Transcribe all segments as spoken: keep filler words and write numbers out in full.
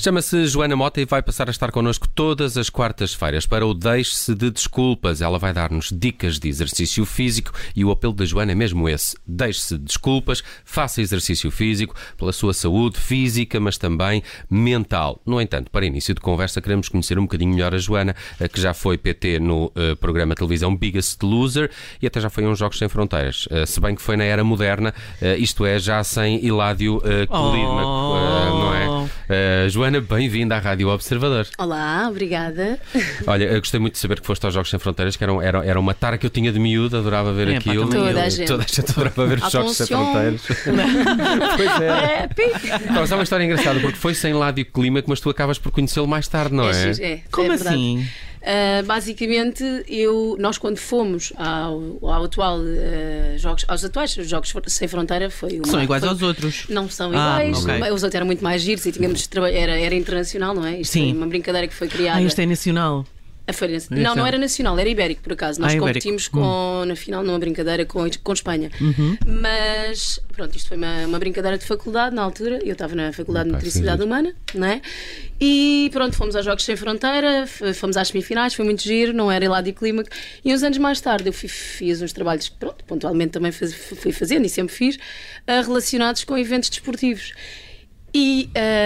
Chama-se Joana Mota e vai passar a estar connosco todas as quartas-feiras para o Deixe-se de Desculpas. Ela vai dar-nos dicas de exercício físico e o apelo da Joana é mesmo esse. Deixe-se de desculpas, faça exercício físico pela sua saúde física, mas também mental. No entanto, para início de conversa, queremos conhecer um bocadinho melhor a Joana, que já foi P T no uh, programa de televisão Biggest Loser e até já foi a uns Jogos Sem Fronteiras. Uh, se bem que foi na era moderna, uh, isto é, já sem Iládio uh, Colina, oh. uh, não é? Uh, Joana, bem-vinda à Rádio Observador. Olá, obrigada. Olha, eu gostei muito de saber que foste aos Jogos Sem Fronteiras, que era, era, era uma tara que eu tinha de miúdo, adorava ver é, aquilo. Pá, toda a gente. Toda a gente adorava ver os Jogos Sem Fronteiras. Pois é. Não, mas é uma história engraçada, porque foi sem Iládio Clima, mas tu acabas por conhecê-lo mais tarde, não é? É, é Como é assim? Uh, basicamente, eu, nós quando fomos ao, ao atual uh, jogos, aos atuais Jogos Sem Fronteira foi uma, São iguais foi, aos outros. Não são Ah, iguais. okay. Os outros eram muito mais giros e tínhamos era, era internacional, não é? Isto Sim. foi uma brincadeira que foi criada. Ah, este é nacional. A feira, não, não era nacional, era ibérico, por acaso. Nós ah, competimos com, na final numa brincadeira com, com Espanha. Uhum. Mas, pronto, isto foi uma, uma brincadeira de faculdade na altura. Eu estava na Faculdade de Nutricidade Humana, não é? E pronto, fomos aos Jogos Sem Fronteira, fomos às semifinais, foi muito giro, não era Iládio Clima. E uns anos mais tarde eu fui, fiz uns trabalhos que, pronto, pontualmente também faz, fui fazendo e sempre fiz, uh, relacionados com eventos desportivos. E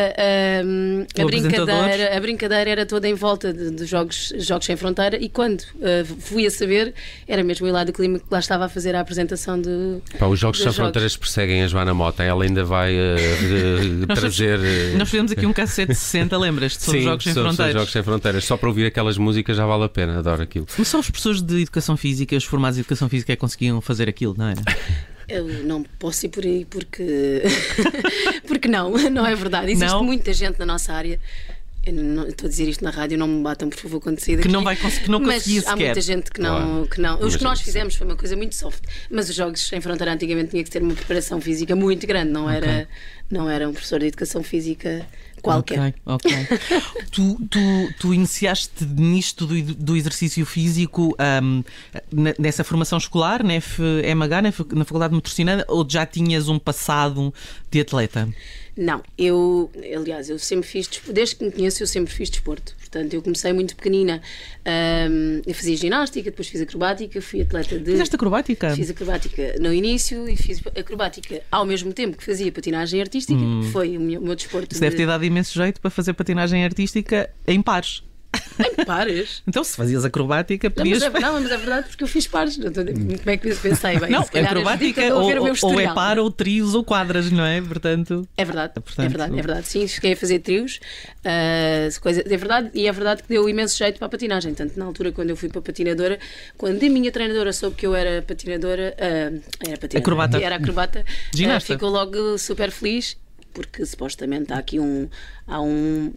uh, uh, a, brincadeira, a brincadeira era toda em volta dos jogos, jogos Sem Fronteira e quando uh, fui a saber, era mesmo o Iládio Clima que lá estava a fazer a apresentação de, Pá, os Jogos Sem jogos. Fronteiras perseguem a Joana Mota, ela ainda vai uh, trazer... Uh... Nós fizemos aqui um cassete de sessenta, lembras-te? Sobre Sim, Jogos Sem sobre Fronteiras. Jogos Sem Fronteiras. Só para ouvir aquelas músicas já vale a pena, adoro aquilo. Mas só os professores de Educação Física, os formados de Educação Física é que conseguiam fazer aquilo, não era? Eu não posso ir por aí porque porque não, não é verdade. Existe não? muita gente na nossa área. Eu não, estou a dizer isto na rádio, não me batam, por favor, quando sair daqui. Que não, vai cons- que não mas conseguia há sequer. muita gente que não, Claro. que não. Os Mas que nós sim. fizemos foi uma coisa muito soft. Mas os Jogos Sem Fronteira antigamente tinha que ter uma preparação física muito grande. Não era, Ok. não era um professor de educação física qualquer. Ok, ok. tu, tu, tu iniciaste nisto do, do exercício físico um, nessa formação escolar, na F M H, na Faculdade de Medicina, ou já tinhas um passado de atleta? Não, eu, aliás, eu sempre fiz, desde que me conheço, eu sempre fiz desporto. Portanto, eu comecei muito pequenina, hum, eu fazia ginástica, depois fiz acrobática, fui atleta de... Fizeste acrobática? Fiz acrobática no início e fiz acrobática ao mesmo tempo que fazia patinagem artística, Hum. que foi o meu, o meu desporto. Isso de... deve ter dado imenso jeito para fazer patinagem artística em pares. Em pares? Então, se fazias acrobática, Não, podias... mas é, não, mas é verdade porque eu fiz pares. Não, como é que pensei? Bem, Não, se calhar acrobática estou a ou, ver o meu ou é historial. par, ou trios, ou quadras, não é? Portanto... É verdade, Portanto, é verdade, é verdade. Sim, cheguei a fazer trios, uh, coisa, é verdade, e é verdade que deu imenso jeito para a patinagem. Tanto na altura, quando eu fui para a patinadora, quando a minha treinadora soube que eu era patinadora, uh, era patinadora, Acrobata. era acrobata, Ginasta. uh, ficou logo super feliz, porque supostamente há aqui um. Há um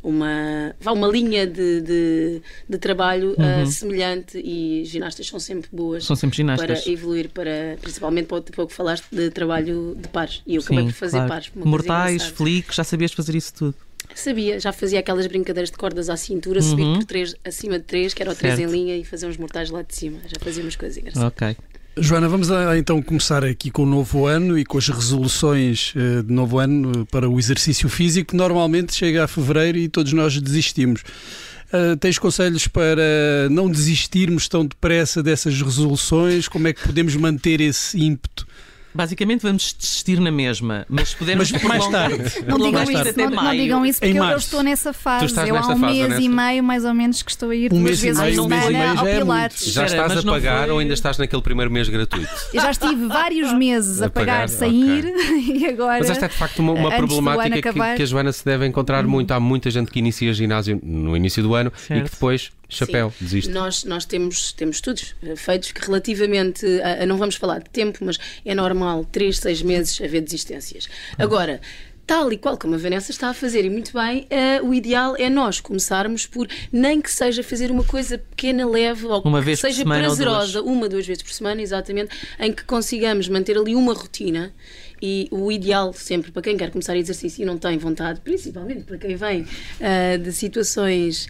uma, uma linha de, de, de trabalho Uhum. uh, semelhante e ginastas são sempre boas São sempre ginastas. para evoluir, para, principalmente para o pouco que falaste de trabalho de pares. E eu acabei Sim, por fazer claro. pares. uma coisa Mortais, engraçada. flics, já sabias fazer isso tudo. Sabia, já fazia aquelas brincadeiras de cordas à cintura, subir Uhum. por três, acima de três, que era o três Certo. em linha, e fazer uns mortais lá de cima. Já fazia umas coisas engraçadas. Ok. Joana, vamos a, então começar aqui com o novo ano e com as resoluções uh, de novo ano uh, para o exercício físico, que normalmente chega a fevereiro e todos nós desistimos. Uh, tens conselhos para não desistirmos tão depressa dessas resoluções? Como é que podemos manter esse ímpeto? Basicamente vamos desistir na mesma, mas se pudermos Mas mais prolongar- tarde. Não digam, prolongar isto isso, até não, não maio. digam isso, Em porque eu, eu março. estou nessa fase. estás Eu há nesta um fase, mês Vanessa? e meio, mais ou menos, que estou a ir Um duas mês e vezes meio, por um mês e semana meio ao já é Pilates. muito. Já Espera, estás mas a não pagar foi- ou ainda estás naquele primeiro mês gratuito? Eu já estive vários meses a, A pagar, pagar sem ok. ir e agora. Mas esta é de facto uma, uma antes do ano problemática que, acabar- que a Joana se deve encontrar muito. Há muita gente que inicia ginásio no início do ano e Certo. que depois, chapéu, Sim. desiste. Nós, nós temos, temos estudos eh, feitos que relativamente, a, a- não vamos falar de tempo, mas é normal três, seis meses haver desistências. Agora, tal e qual como a Vanessa está a fazer, e muito bem, eh, o ideal é nós começarmos por, nem que seja fazer uma coisa pequena, leve, ou Uma que vez por seja semana ou prazerosa, uma, duas vezes por semana, exatamente, em que consigamos manter ali uma rotina. E o ideal sempre para quem quer começar exercício e não tem vontade, principalmente para quem vem ah, de situações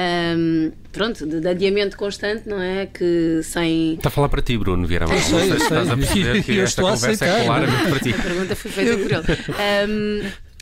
ahm, pronto, de, de adiamento constante, não é? Que sem. Está a falar para ti, Bruno Vieira. Não sei se estás a perceber que Eu esta estou a conversa é aceitar. claramente para ti. A pergunta foi feita por ele. Ahm,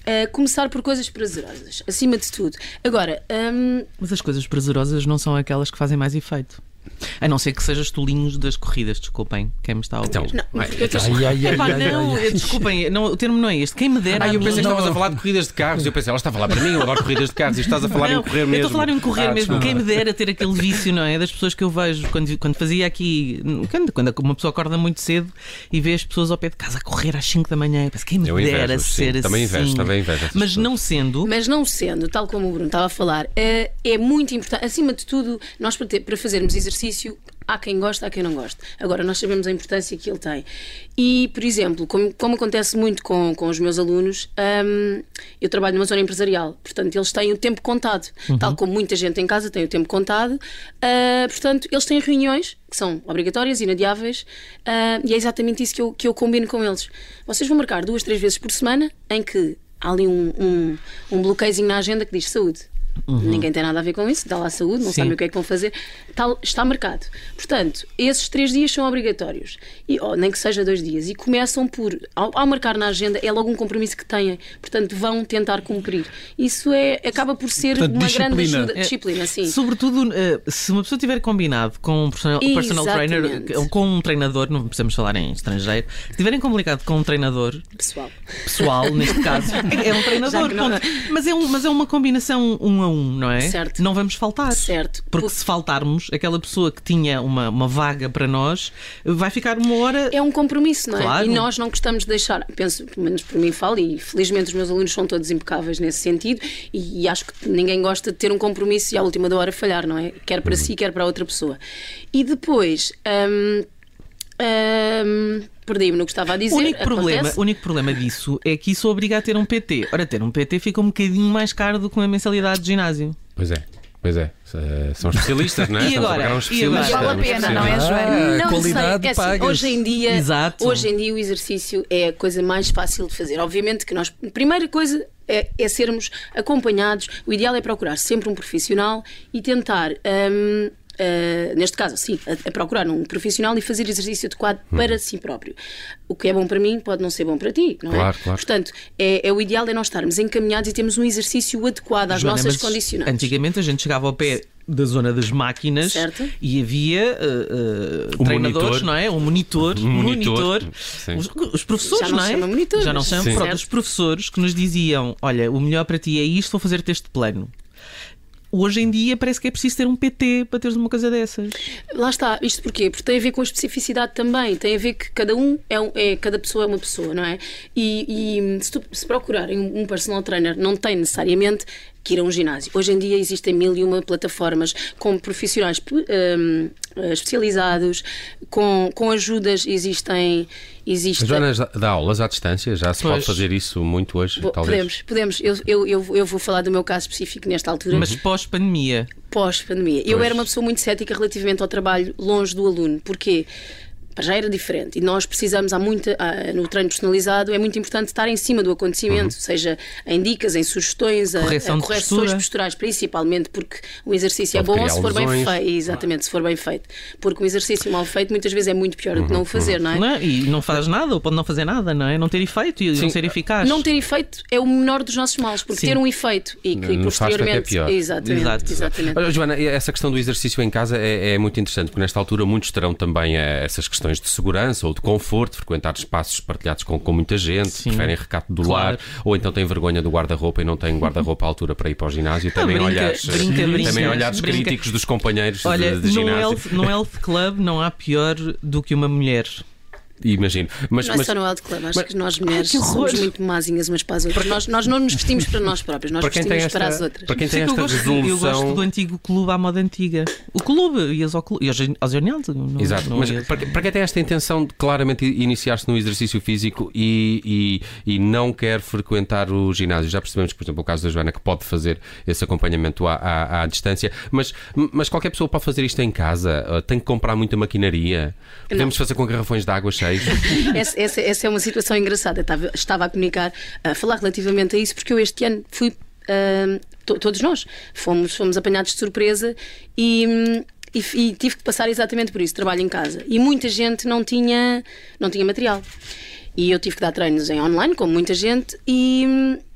Uh, começar por coisas prazerosas, acima de tudo. Agora, um... mas as coisas prazerosas não são aquelas que fazem mais efeito. A não ser que sejas tolinhos das corridas, desculpem, quem me está a ouvir. Então, não, ai, eu tô... Ai, ai, ai, Epá, ai, não, ai, ai. desculpem, não, o termo não é este. Quem me dera. Ah, a eu mim- pensei que não, estavas a falar de corridas de carros. Eu pensei, ela está a falar para mim, eu adoro corridas de carros. E estás a falar não, em correr eu mesmo. estou a falar em correr Ah, mesmo. desculpa. Quem me dera ter aquele vício, não é? Das pessoas que eu vejo quando, quando fazia aqui. Quando, quando uma pessoa acorda muito cedo e vê as pessoas ao pé de casa a correr às cinco da manhã. Eu penso, quem me Eu dera invejo, sim. ser assim. Também invejo, também invejo essas Mas pessoas. não sendo. Mas não sendo, tal como o Bruno estava a falar, é, é muito importante. Acima de tudo, nós para, ter, para fazermos exercício, há quem gosta, há quem não gosta. Agora, nós sabemos a importância que ele tem. E, por exemplo, como, como acontece muito com, com os meus alunos, hum, eu trabalho numa zona empresarial, portanto, eles têm o tempo contado. Uhum. Tal como muita gente em casa tem o tempo contado. Uh, portanto, eles têm reuniões que são obrigatórias, inadiáveis, uh, e é exatamente isso que eu, que eu combino com eles. Vocês vão marcar duas, três vezes por semana em que há ali um, um, um bloqueiozinho na agenda que diz saúde. Uhum. Ninguém tem nada a ver com isso, dá lá a saúde, não Sim. sabem o que é que vão fazer. Está, está marcado. Portanto, esses três dias são obrigatórios. E, oh, nem que seja dois dias. E começam por, ao, ao marcar na agenda, é logo um compromisso que têm. Portanto, vão tentar cumprir. Isso é, acaba por ser Portanto, uma grande disciplina. ajuda. Disciplina, sim. Sobretudo, eh, se uma pessoa tiver combinado com um personal, personal trainer Exatamente. ou com um treinador, não precisamos falar em estrangeiro, se tiverem complicado com um treinador Pessoal. pessoal, neste caso, é um treinador. Já que não- ponto. Mas, é um, mas é uma combinação um a um, não é? Certo. Não vamos faltar. Certo. Porque Por- se faltarmos, aquela pessoa que tinha uma, uma vaga para nós vai ficar uma hora. É um compromisso, não é? Claro. E nós não gostamos de deixar, penso, pelo menos por mim falo, e felizmente os meus alunos são todos impecáveis nesse sentido, e, e acho que ninguém gosta de ter um compromisso e à última da hora falhar, não é? Quer para si, quer para a outra pessoa. E depois. Hum, hum, perdi-me no que estava a dizer. O único, problema, acontece. o único problema disso é que isso obriga a ter um P T. Ora, ter um P T fica um bocadinho mais caro do que uma mensalidade de ginásio. Pois é, pois é. Eh, São especialistas, não é? E Estamos a agora? pagar um E especialista. agora? Vale a pena, não é, Ah, Joana? Não qualidade sei, é assim, pagas. hoje em dia, Exato. hoje em dia o exercício é a coisa mais fácil de fazer. Obviamente que nós, a primeira coisa é, é sermos acompanhados. O ideal é procurar sempre um profissional e tentar. hum, Uh, neste caso, sim, a, a procurar um profissional e fazer exercício adequado Hum. para si próprio. O que é bom para mim pode não ser bom para ti, não Claro, é? claro. Portanto, é, é o ideal é nós estarmos encaminhados e termos um exercício adequado às Joana, nossas mas condicionantes. Antigamente a gente chegava ao pé da zona das máquinas Certo. e havia uh, uh, Um treinadores, monitor. não é? Um monitor, Um um monitor, monitor. sim. Os, os professores, Já não não se é? chama monitor, Já não mas- se chama. Sim. Pronto, Certo. os professores que nos diziam: olha, o melhor para ti é isto, vou fazer-te este plano. Hoje em dia parece que é preciso ter um P T para teres uma coisa dessas. Lá está, isto porquê? Porque tem a ver com a especificidade também, tem a ver que cada um é, um, é cada pessoa é uma pessoa, não é? E, e se, tu, se procurarem um personal trainer, não tem necessariamente que ir a um ginásio. Hoje em dia existem mil e uma plataformas com profissionais um, especializados, com, com ajudas, existem. Existe... A Joana já dá aulas à distância, já se Pois. pode fazer isso muito hoje, Bo- talvez. Podemos, podemos. Eu, eu, eu, eu vou falar do meu caso específico nesta altura. Mas pós-pandemia. Pós-pandemia. Eu Pois. era uma pessoa muito cética relativamente ao trabalho longe do aluno. Porquê? Para já era diferente e nós precisamos, há muita, há, no treino personalizado, é muito importante estar em cima do acontecimento, seja em dicas, em sugestões, a, Correção a de correções postura. posturais, principalmente porque o exercício Pode é bom criar se for bem lesões. feito. Exatamente, se for bem feito. Porque o exercício mal feito muitas vezes é muito pior do que não o fazer, não é? Não é? E não faz nada, ou pode não fazer nada, não é? Não ter efeito e não Sim. ser eficaz. Não ter efeito é o menor dos nossos males, porque Sim. ter um efeito e que No faz, é que é posteriormente. pior. Exatamente, Exato. exatamente. Olha, Joana, essa questão do exercício em casa é, é muito interessante, porque nesta altura muitos terão também eh, essas questões de segurança ou de conforto, frequentar espaços partilhados com, com muita gente, Sim. preferem recato do Claro. lar, ou então têm vergonha do guarda-roupa e não têm guarda-roupa à altura para ir para o ginásio. Também brinca, olhares, brinca, também brinca, olhares brinca. críticos dos companheiros Olha, de, de no ginásio. health, no health Club não há pior do que uma mulher. Imagino. Mas, Não é mas- só no Health Club, acho mas- que nós mulheres que horror. somos muito mazinhas umas para as outras. Nós, nós não nos vestimos para nós próprios, nós para quem tem vestimos esta, para as outras. para quem tem Sim, esta eu, gosto, resolução. eu gosto do antigo clube à moda antiga. O clube, ias ao clube, ias ao jornal. Não, Exato, não mas ias. para, para quem tem esta intenção de claramente iniciar-se no exercício físico e, e, e não quer frequentar o ginásio, já percebemos, por exemplo, o caso da Joana, que pode fazer esse acompanhamento à, à, à distância, mas, mas qualquer pessoa pode fazer isto em casa, uh, tem que comprar muita maquinaria, podemos fazer com garrafões de água cheios. Essa, essa, essa é uma situação engraçada. Estava, estava a comunicar, a falar relativamente a isso, porque eu este ano fui, ah, to- todos nós, fomos, fomos apanhados de surpresa e. hum, E, e tive que passar exatamente por isso, trabalho em casa. E muita gente não tinha, não tinha material. E eu tive que dar treinos em online, como muita gente, e,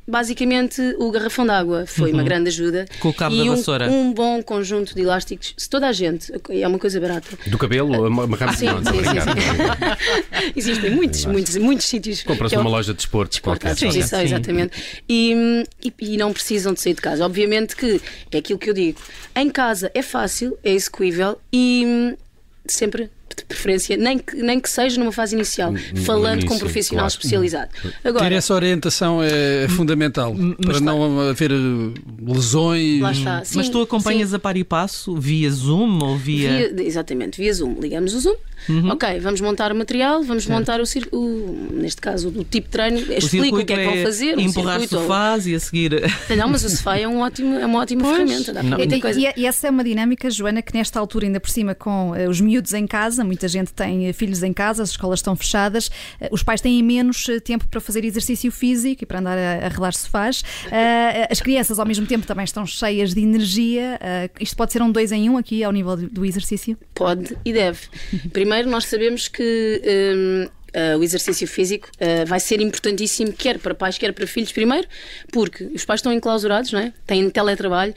basicamente o garrafão de água foi Uhum. uma grande ajuda. Com o cabo e da um, vassoura. um bom conjunto de elásticos. Se toda a gente, é uma coisa barata. Do cabelo, uma, uma Sim, não, estou a sim, sim, brincar. sim. Existem muitos, muitos, muitos sítios. Compras que é o- numa loja de desportos Desporto à qualquer. disposição, Sim, sim. exatamente. E, e, e não precisam de sair de casa. Obviamente que é aquilo que eu digo. Em casa é fácil, é execuível e hum, sempre de preferência, nem que, nem que seja numa fase inicial, No falando início, com um profissional claro. especializado. Ter Agora, essa orientação é fundamental para não haver eh, lesões. lá está. Sim, Mas tu acompanhas sim. a par e passo via Zoom ou via. Via, exatamente, via Zoom. Ligamos o Zoom. Ok, vamos montar o material, vamos montar o, cir- o neste caso, o tipo de treino. Explico o que é que vão fazer. o empurrar circuito, ou- sofás e a seguir. Não, mas o sofá é, um ótimo, é uma ótima Pois. ferramenta. Dá Não. muita E, coisa. e- e essa é uma dinâmica, Joana, que nesta altura, ainda por cima, com eh, os miúdos em casa, muita gente tem eh, filhos em casa, as escolas estão fechadas, eh, os pais têm menos eh, tempo para fazer exercício físico e para andar a, a relar sofás. Eh, as crianças, ao mesmo tempo, também estão cheias de energia. Eh, isto pode ser um dois em um aqui ao nível do, do exercício? Pode e deve. Primeiro, nós sabemos que hum, uh, o exercício físico uh, vai ser importantíssimo, quer para pais, quer para filhos. Primeiro, porque os pais estão enclausurados, não é? Têm teletrabalho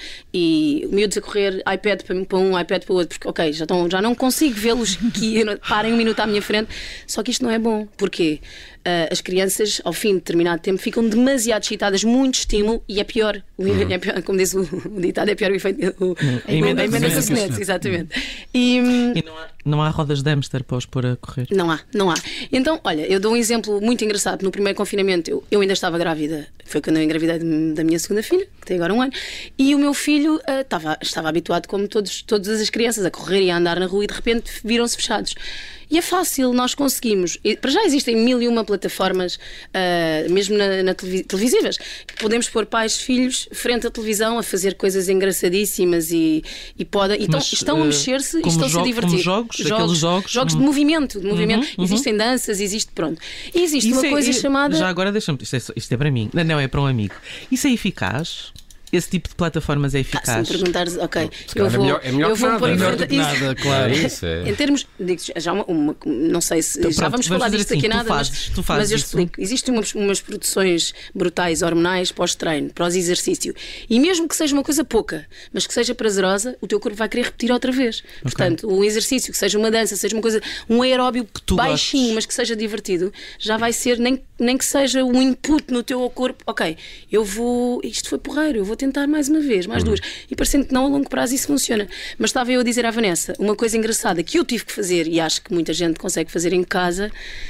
e miúdos a correr iPad para, para um, iPad para o outro, porque, ok, já, estão, já não consigo vê-los que parem um minuto à minha frente. Só que isto não é bom. Porquê? Uh, as crianças, ao fim de determinado tempo, ficam demasiado excitadas, muito estímulo, e é pior. O, é pior, como diz o, o ditado, é pior o efeito. O, A emenda a emenda do do soneto. soneto, exatamente. E, hum, E não há, não há rodas de hamster para os pôr a correr. não há, não há. Então, olha, eu dou um exemplo muito engraçado. No primeiro confinamento, eu, eu ainda estava grávida. Foi quando eu engravidei de- da minha segunda filha, que tem agora um ano. E o meu filho ah, estava, estava habituado, como todos, todas as crianças, a correr e a andar na rua e de repente viram-se fechados. E é fácil, nós conseguimos. E, para já existem mil e uma plataformas, ah, mesmo na, na televi- televisivas, que podemos pôr pais, filhos, frente à televisão a fazer coisas engraçadíssimas e, e, podem, e estão, Mas, estão a eh, mexer-se e como estão-se a jo- divertir. como jogos, aqueles jogos, jogos de hum. movimento, de movimento. Uhum, uhum. Existem danças, existe, pronto. E existe uma é- coisa é- chamada. Já agora deixa-me. Isto é, só- isto é para mim. Não, não, é para um amigo. Isso é eficaz? Esse tipo de plataformas é Ah, se me eficaz? perguntares, ok, Se eu calhar é vou, melhor- é melhor eu que vou nada, pôr é em melhor frente do que nada, claro. É isso, é. Em termos, digo já uma, uma- não sei se Então, já pronto, vamos vamos falar fazer disto assim, aqui tu nada, fazes, mas, tu fazes mas eu isso. explico. Existem umas, umas produções brutais hormonais pós-treino, pós-exercício, e mesmo que seja uma coisa pouca, mas que seja prazerosa, o teu corpo vai querer repetir outra vez. Portanto, um exercício, que seja uma dança, seja uma coisa, um aeróbio tu baixinho, gostes. mas que seja divertido, já vai ser, nem, nem que seja um input no teu corpo, ok, eu vou, isto foi porreiro, eu vou tentar mais uma vez, mais duas. E parecendo que não, a longo prazo isso funciona. Mas estava eu a dizer à Vanessa uma coisa engraçada que eu tive que fazer e acho que muita gente consegue fazer em casa.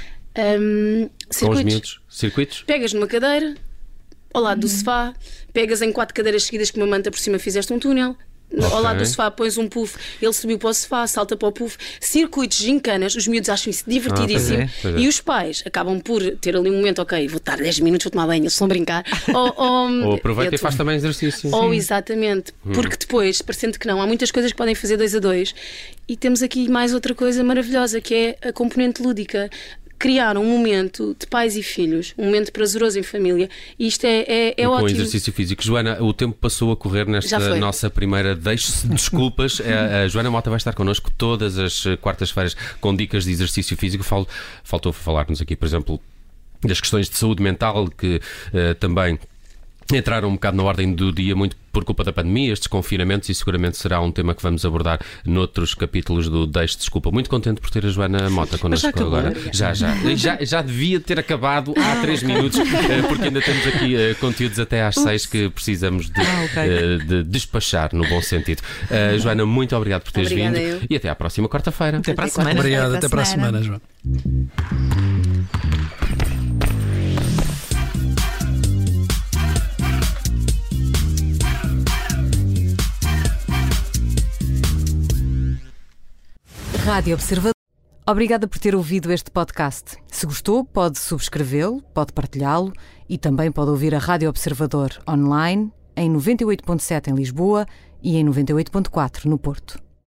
hum, Com os circuitos. miúdos. Circuitos? Pegas numa cadeira, ao lado do sofá, pegas em quatro cadeiras seguidas com uma manta por cima, fizeste um túnel. Ao Ok. lado do sofá pões um puff, ele subiu para o sofá, salta para o puff. Circuitos, gincanas, os miúdos acham isso divertidíssimo. Ah, pois é, pois é. E os pais acabam por ter ali um momento, ok, vou estar dez minutos, vou tomar banho, eles estão a brincar. ou, ou, Ou aproveita eu e faz tô- também exercício. ou exatamente, porque depois, parecendo que não, há muitas coisas que podem fazer dois a dois. E temos aqui mais outra coisa maravilhosa, que é a componente lúdica. Criar um momento de pais e filhos, um momento prazeroso em família, e isto é, é, é E com ótimo. exercício físico. Joana, o tempo passou a correr Já nesta foi. nossa primeira Deixe-se desculpas. A, a Joana Mota vai estar connosco todas as eh, quartas-feiras com dicas de exercício físico. Fal- Faltou falar-nos aqui, por exemplo, das questões de saúde mental que eh, também entraram um bocado na ordem do dia, muito por culpa da pandemia, estes confinamentos, e seguramente será um tema que vamos abordar noutros capítulos do Deixe Desculpa. Muito contente por ter a Joana Mota connosco acabou, agora. obrigada. Já, já. já. Já devia ter acabado há três minutos, eh, porque ainda temos aqui eh, conteúdos até às seis que precisamos de, Ah, ok. eh, de despachar no bom sentido. Eh, Joana, muito obrigado por teres Obrigada vindo eu. e até à próxima quarta-feira. Até para a Até quarta- semana. Obrigado, Até até para para a a semana, semana. João. Rádio Observador. Obrigada por ter ouvido este podcast. Se gostou, pode subscrevê-lo, pode partilhá-lo e também pode ouvir a Rádio Observador online em noventa e oito ponto sete em Lisboa e em noventa e oito ponto quatro no Porto.